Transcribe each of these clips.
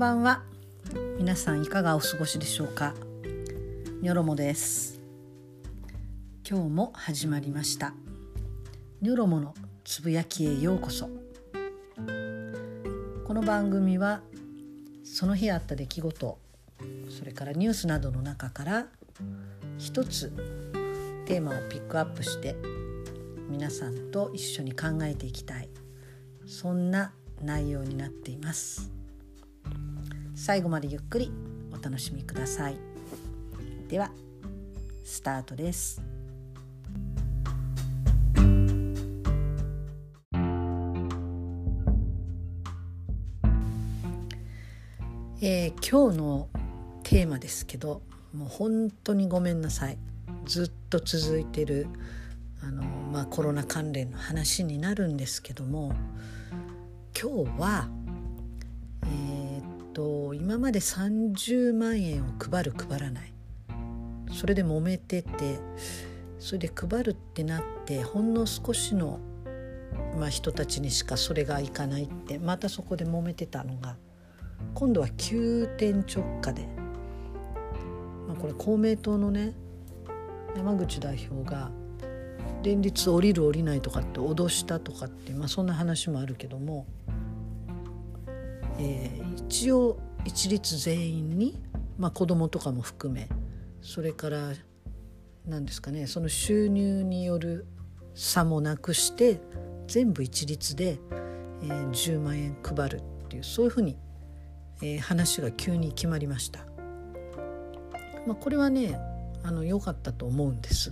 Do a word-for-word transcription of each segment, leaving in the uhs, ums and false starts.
ばんは。皆さんいかがお過ごしでしょうか。ニョロモです。今日も始まりましたニョロモのつぶやきへようこそ。この番組はその日あった出来事、それからニュースなどの中から一つテーマをピックアップして皆さんと一緒に考えていきたい、そんな内容になっています。最後までゆっくりお楽しみください。ではスタートです。えー、今日のテーマですけど、もう本当にごめんなさい。ずっと続いているあの、まあ、コロナ関連の話になるんですけども、今日はえー、っと今までさんじゅうまんえんを配る配らない、それで揉めてて、それで配るってなってほんの少しの、まあ、人たちにしかそれがいかないって、またそこで揉めてたのが今度は急転直下で、まあ、これ公明党のね山口代表が連立降りる降りないとかって脅したとかって、まあ、そんな話もあるけども、えー、一応一律全員に、まあ、子どもとかも含め、それから何ですかね、その収入による差もなくして全部一律で、えー、じゅうまんえん配るっていう、そういうふうに、えー、話が急に決まりました。まあ、これはねあの良かったと思うんです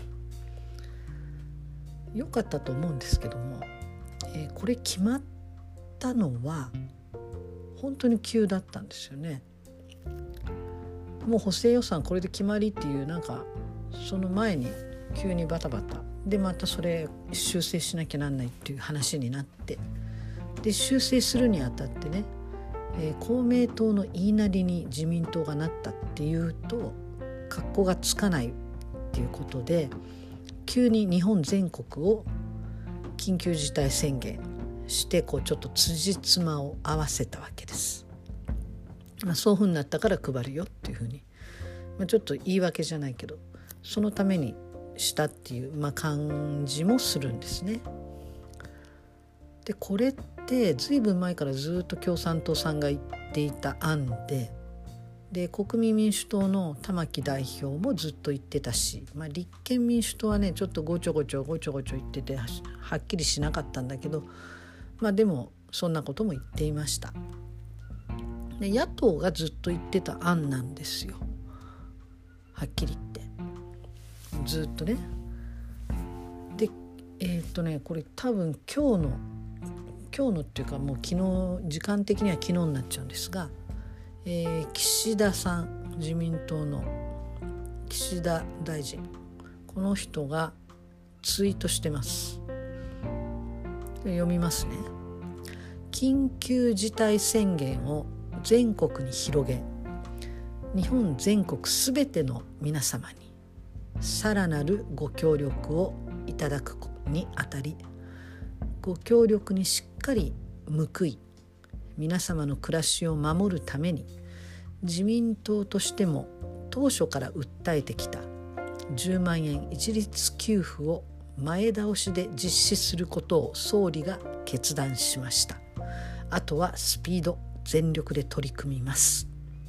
良かったと思うんですけども、えー、これ決まったのは本当に急だったんですよね。もう補正予算これで決まりっていう、なんかその前に急にバタバタでまたそれ修正しなきゃなんないっていう話になって、で修正するにあたってね、えー、公明党の言いなりに自民党がなったっていうと格好がつかないっていうことで、急に日本全国を緊急事態宣言してこうちょっと辻褄を合わせたわけです。まあ、そういうふうになったから配るよっていうふうに、まあ、ちょっと言い訳じゃないけどそのためにしたっていう、まあ、感じもするんですね。でこれってずいぶん前からずっと共産党さんが言っていた案で、で国民民主党の玉木代表もずっと言ってたし、まあ、立憲民主党はねちょっとごちょごちょごちょごちょ言ってて は, はっきりしなかったんだけど、まあでもそんなことも言っていました。で野党がずっと言ってた案なんですよ、はっきり言ってずっとね。でえー、っとねこれ多分今日の今日のっていうかもう昨日、時間的には昨日になっちゃうんですが、えー、岸田さん、自民党の岸田大臣、この人がツイートしてます。読みますね。緊急事態宣言を全国に広げ、日本全国すべての皆様にさらなるご協力をいただくにあたり、ご協力にしっかり報い、皆様の暮らしを守るために自民党としても当初から訴えてきたじゅうまんえん一律給付を前倒しで実施することを総理が決断しました。あとはスピード全力で取り組みます。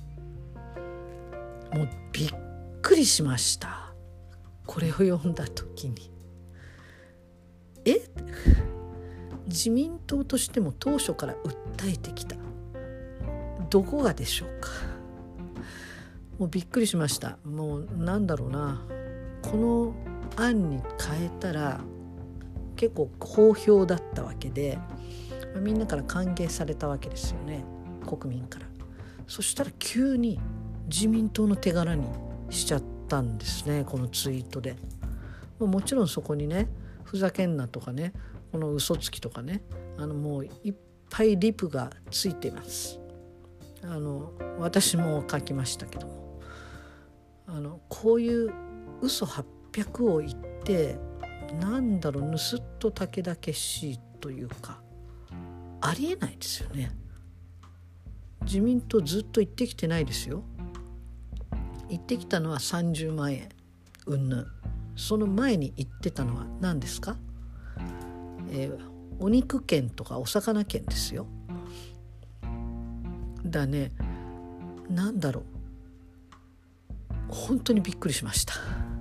もうびっくりしました。これを読んだ時にえ自民党としても当初から訴えてきた、どこがでしょうか。もうびっくりしました。もうなんだろうな、この案に変えたら結構好評だったわけで、みんなから歓迎されたわけですよね、国民から。そしたら急に自民党の手柄にしちゃったんですね、このツイートで。もちろんそこにね、ふざけんなとかね、この嘘つきとかね、あのもういっぱいリプがついています。あの私も書きましたけども、あのこういう嘘はっぴゃくを言って、なんだろう、盗っ人猛々しいというか、ありえないですよね。 自民党ずっと行ってきてないですよ。行ってきたのはさんじゅうまんえんうんぬん。その前に行ってたのは何ですか、えー、お肉券とかお魚券ですよ。だね、なんだろう、本当にびっくりしました。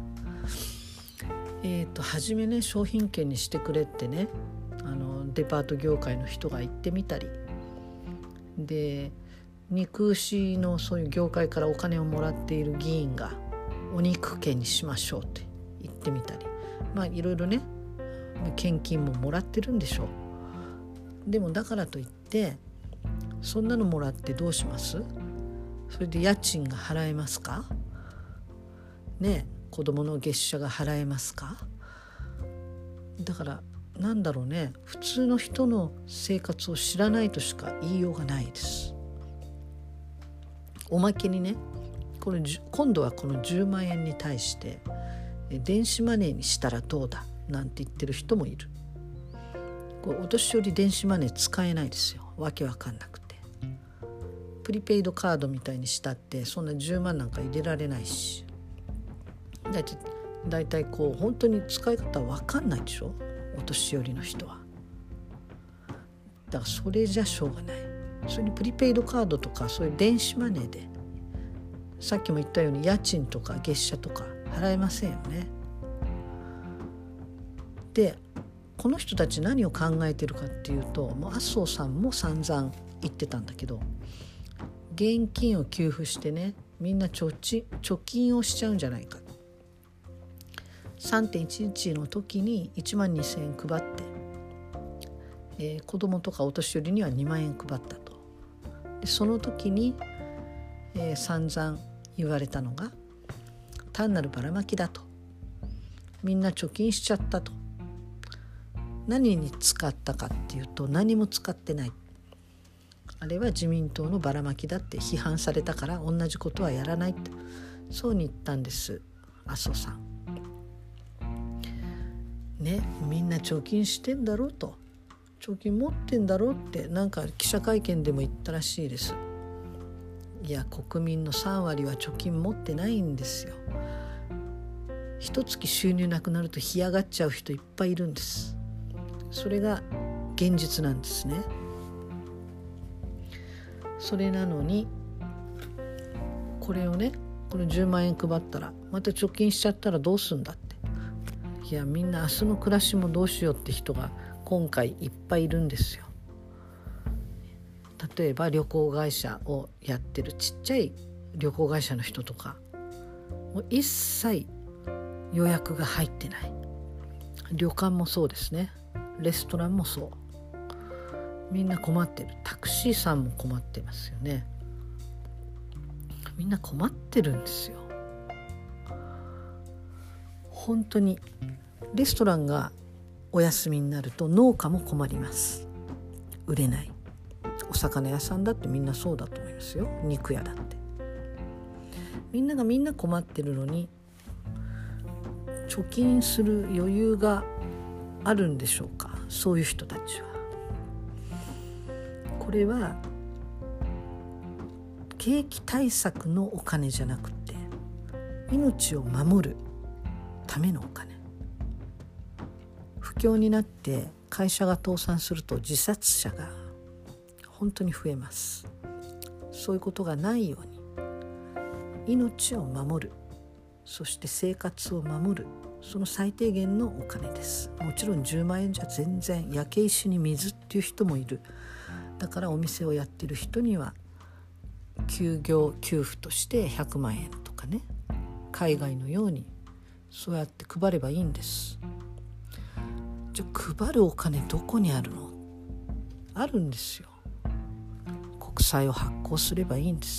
えーと初めね、商品券にしてくれってね、あのデパート業界の人が言ってみたりで、肉牛のそういう業界からお金をもらっている議員がお肉券にしましょうって言ってみたり、まあいろいろね、献金ももらってるんでしょう。でもだからといってそんなのもらってどうします？それで家賃が払えますかね、子供の月謝が払えますか？だからなんだろうね、普通の人の生活を知らないとしか言いようがないです。おまけにね、これ今度はこのじゅうまんえんに対して電子マネーにしたらどうだなんて言ってる人もいる。これお年寄り電子マネー使えないですよ、わけわかんなくて。プリペイドカードみたいにしたってそんなじゅうまんなんか入れられないし、だいたいだいたいこう本当に使い方わかんないでしょ、お年寄りの人は。だからそれじゃしょうがない。それにプリペイドカードとかそういう電子マネーでさっきも言ったように家賃とか月謝とか払えませんよね。でこの人たち何を考えてるかっていうと、もう麻生さんも散々言ってたんだけど、現金を給付してね、みんな貯金、貯金をしちゃうんじゃないか。さんてんいちいち の時にいちまんにせんえん配って、えー、子供とかお年寄りにはにまんえん配ったと。でその時に、えー、散々言われたのが単なるばらまきだと、みんな貯金しちゃったと。何に使ったかっていうと何も使ってない。あれは自民党のばらまきだって批判されたから同じことはやらないって、そうに言ったんです麻生さんね。みんな貯金してんだろうと、貯金持ってんだろうってなんか記者会見でも言ったらしいです。いや、国民のさんわりは貯金持ってないんですよ。一月収入なくなると干上がっちゃう人いっぱいいるんです。それが現実なんですね。それなのにこれをね、このじゅうまんえん配ったらまた貯金しちゃったらどうすんだって。いや、みんな明日の暮らしもどうしようって人が今回いっぱいいるんですよ。例えば旅行会社をやってるちっちゃい旅行会社の人とか、もう一切予約が入ってない。旅館もそうですね、レストランもそう。みんな困ってる。タクシーさんも困ってますよね。みんな困ってるんですよ。本当にレストランがお休みになると農家も困ります。売れない。お魚屋さんだってみんなそうだと思いますよ。肉屋だって。みんながみんな困ってるのに貯金する余裕があるんでしょうか、そういう人たちは。これは景気対策のお金じゃなくて命を守るためのお金。不況になって会社が倒産すると自殺者が本当に増えます。そういうことがないように命を守る、そして生活を守る、その最低限のお金です。もちろんじゅうまんえんじゃ全然、焼け石に水っていう人もいる。だからお店をやってる人には休業給付としてひゃくまんえんとかね、海外のようにそうやって配ればいいんです。じゃあ配るお金どこにあるの？あるんですよ。国債を発行すればいいんです。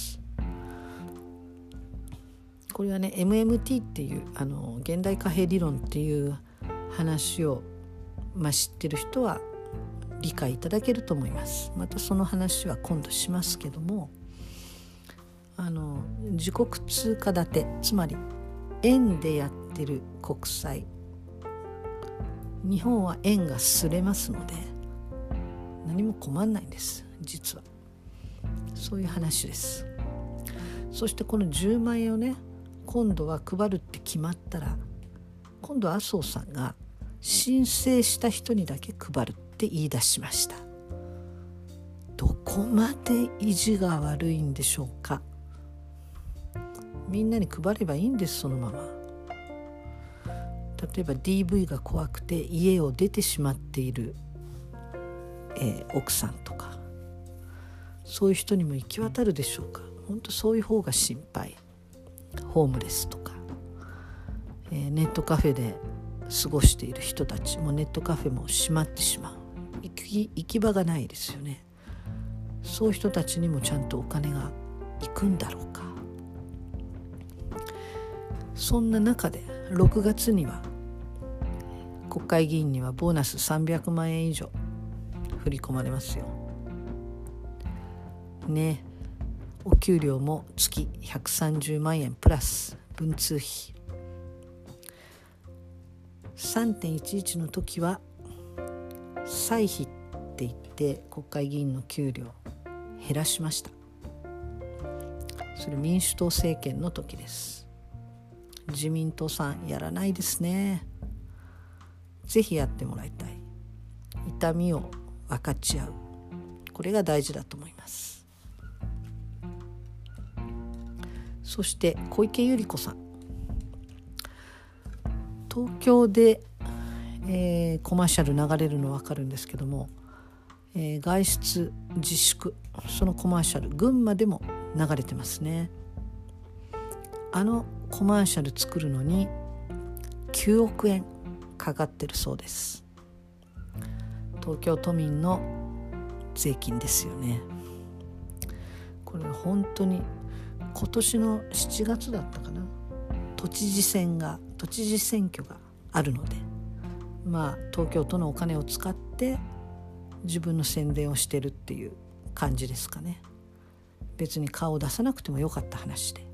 これはね エムエムティー っていうあの現代貨幣理論っていう話を、まあ、知ってる人は理解いただけると思います。またその話は今度しますけども、あの自国通貨建て、つまり円でやってる国債、日本は円がすれますので何も困んないんです実は。 そういう話です。そしてこのじゅうまんえんをね、今度は配るって決まったら、今度は麻生さんが申請した人にだけ配るって言い出しました。どこまで意地が悪いんでしょうか。みんなに配ればいいんです、そのまま。例えば ディーブイ が怖くて家を出てしまっている、えー、奥さんとか、そういう人にも行き渡るでしょうか。本当そういう方が心配。ホームレスとか、えー、ネットカフェで過ごしている人たちも、ネットカフェも閉まってしまう。行き、行き場がないですよね。そういう人たちにもちゃんとお金が行くんだろうか。そんな中でろくがつには国会議員にはボーナスさんびゃくまんえん以上振り込まれますよね。お給料も月ひゃくさんじゅうまんえんプラス文通費。 さんてんいちいち の時は歳費って言って国会議員の給料減らしました。それ民主党政権の時です。自民党さんやらないですね。ぜひやってもらいたい。痛みを分かち合う、これが大事だと思います。そして小池百合子さん、東京で、えー、コマーシャル流れるの分かるんですけども、えー、外出自粛、そのコマーシャル群馬でも流れてますね。あのコマーシャル作るのにきゅうおくえんかかってるそうです。東京都民の税金ですよね。これは本当に今年のしちがつだったかな、都知事選が都知事選挙があるので、まあ東京都のお金を使って自分の宣伝をしてるっていう感じですかね。別に顔を出さなくてもよかった話で、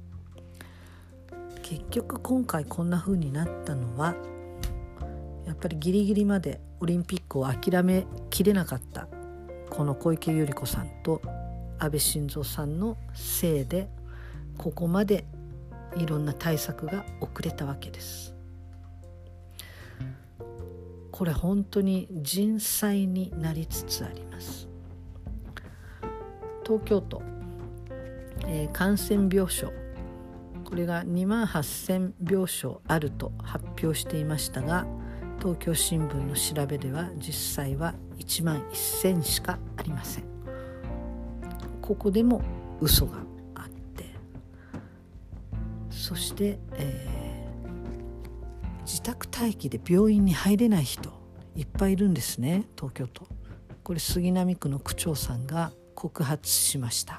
結局今回こんな風になったのは、やっぱりギリギリまでオリンピックを諦めきれなかったこの小池百合子さんと安倍晋三さんのせいで、ここまでいろんな対策が遅れたわけです。これ本当に人災になりつつあります。東京都、えー、感染病床、これがにまんはっせんびょうしょうあると発表していましたが、東京新聞の調べでは実際はいちまんせんしかありません。ここでも嘘があって、そして、えー、自宅待機で病院に入れない人いっぱいいるんですね、東京都。これ杉並区の区長さんが告発しました。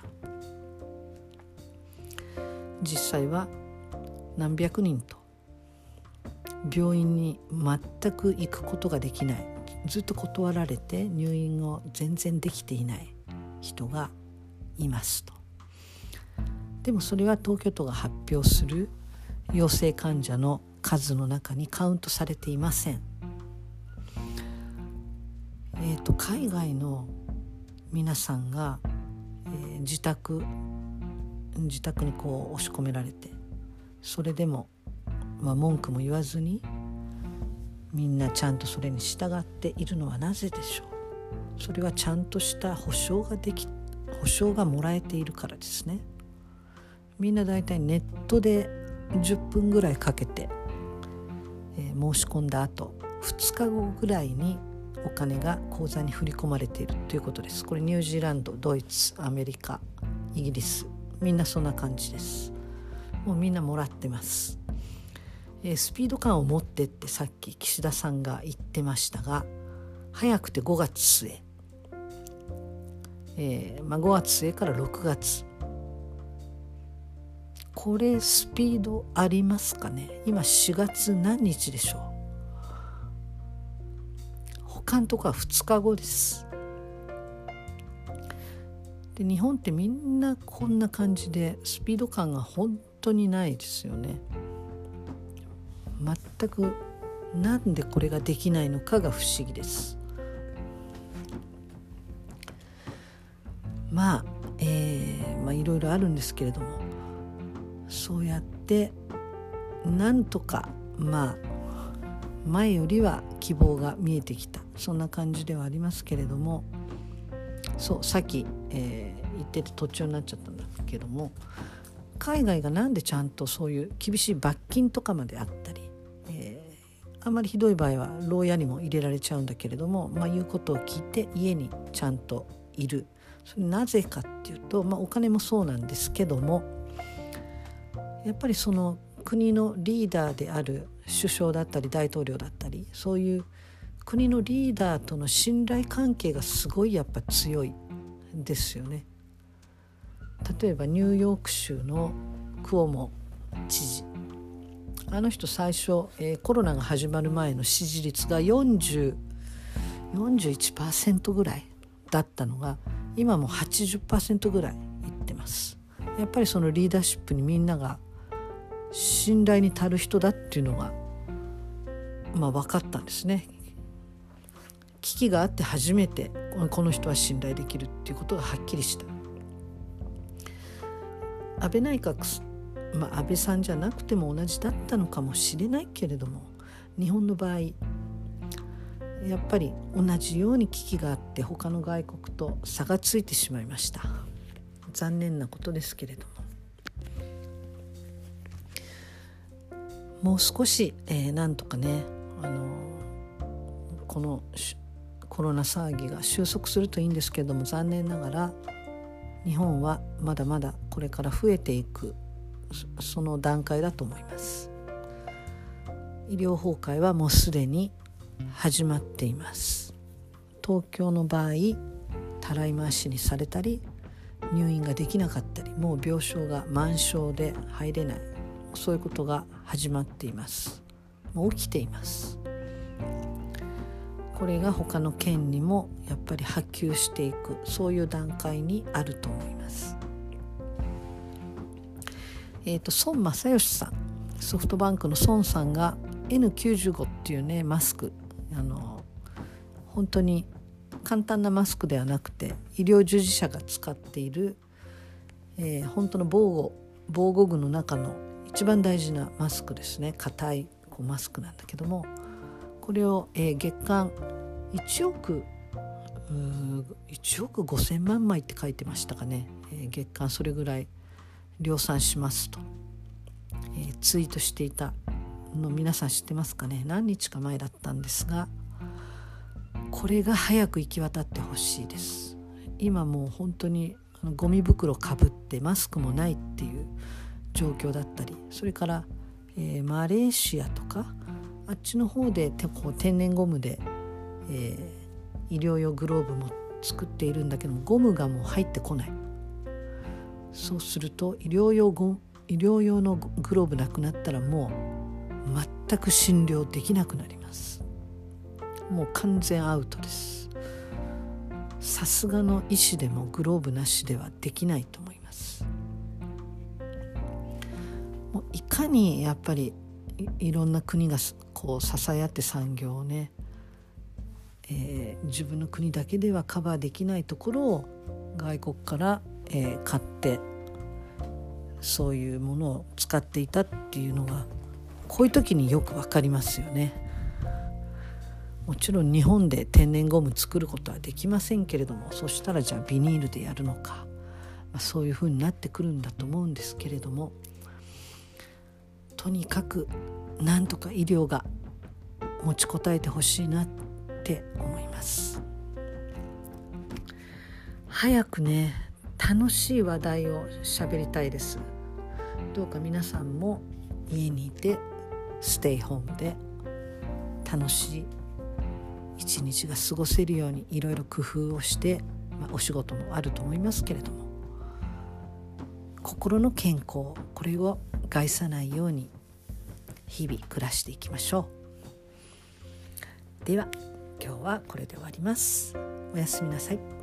実際は何百人と病院に全く行くことができない、ずっと断られて入院を全然できていない人がいますと。でもそれは東京都が発表する陽性患者の数の中にカウントされていません。えーと、海外の皆さんが、えー、自宅自宅にこう押し込められて、それでも、まあ、文句も言わずにみんなちゃんとそれに従っているのはなぜでしょう。それはちゃんとした保証ができ保証がもらえているからですね。みんなだいたいネットでじゅっぷんぐらいかけて、えー、申し込んだ後ふつかごぐらいにお金が口座に振り込まれているということです。これニュージーランド、ドイツ、アメリカ、イギリス、みんなそんな感じです。もうみんなもらってます。えー、スピード感を持ってってさっき岸田さんが言ってましたが、早くてごがつすえ、えーまあ、ごがつすえからろくがつ、これスピードありますかね。今しがつ何日でしょう。他のとこはふつかごです。で日本ってみんなこんな感じでスピード感が本当にないですよね。全くなんでこれができないのかが不思議です。まあ、えまあいろいろあるんですけれども、そうやってなんとかまあ前よりは希望が見えてきた、そんな感じではありますけれども、そうさっき、えー、言ってて途中になっちゃったんだけども、海外がなんでちゃんとそういう厳しい罰金とかまであったり、えー、あんまりひどい場合は牢屋にも入れられちゃうんだけれども、まあ、言うことを聞いて家にちゃんといる。それなぜかっていうと、まあ、お金もそうなんですけども、やっぱりその国のリーダーである首相だったり大統領だったり、そういう国のリーダーとの信頼関係がすごいやっぱ強いですよね。例えばニューヨーク州のクオモ知事、あの人最初、えー、コロナが始まる前の支持率がよんじゅう、よんじゅういちパーセント ぐらいだったのが今も はちじゅっパーセント ぐらいいってます。やっぱりそのリーダーシップにみんなが信頼に足る人だっていうのがまあ分かったんですね。危機があって初めてこの人は信頼できるっていうことがはっきりした。安倍内閣、まあ、安倍さんじゃなくても同じだったのかもしれないけれども、日本の場合やっぱり同じように危機があって他の外国と差がついてしまいました。残念なことですけれども、もう少し、えー、なんとかね、あのー、このコロナ騒ぎが収束するといいんですけれども、残念ながら日本はまだまだこれから増えていく、その段階だと思います。医療崩壊はもうすでに始まっています。東京の場合、たらい回しにされたり、入院ができなかったり、もう病床が満床で入れない、そういうことが始まっています。もう起きています。これが他の県にもやっぱり波及していく、そういう段階にあると思います。えーと、孫正義さん、ソフトバンクの孫さんが エヌきゅうじゅうご っていうねマスク、あの本当に簡単なマスクではなくて、医療従事者が使っている、えー、本当の防護防護具の中の一番大事なマスクですね。硬いこうマスクなんだけども、これを、えー、月間いちおくいちおくごせんまんまいって書いてましたかね、えー、月間それぐらい量産しますと、えー、ツイートしていたの皆さん知ってますかね。何日か前だったんですが、これが早く行き渡ってほしいです。今もう本当にゴミ袋かぶってマスクもないっていう状況だったり、それから、えー、マレーシアとかあっちの方でこう天然ゴムで、えー、医療用グローブも作っているんだけども、ゴムがもう入ってこない。そうすると医療用ゴ医療用のグローブなくなったらもう全く診療できなくなります。もう完全アウトです。さすがの医師でもグローブなしではできないと思います。もういかにやっぱり い, いろんな国がこう支え合って産業をね、えー、自分の国だけではカバーできないところを外国から、えー、買ってそういうものを使っていたっていうのがこういう時によくわかりますよね。もちろん日本で天然ゴム作ることはできませんけれども、そしたらじゃあビニールでやるのか、まあ、そういうふうになってくるんだと思うんですけれども、とにかくなんとか医療が持ちこたえてほしいなって思います。早くね、楽しい話題を喋りたいです。どうか皆さんも家にいてステイホームで楽しい一日が過ごせるようにいろいろ工夫をして、まあ、お仕事もあると思いますけれども、心の健康、これを害さないように日々暮らしていきましょう。では今日はこれで終わります。おやすみなさい。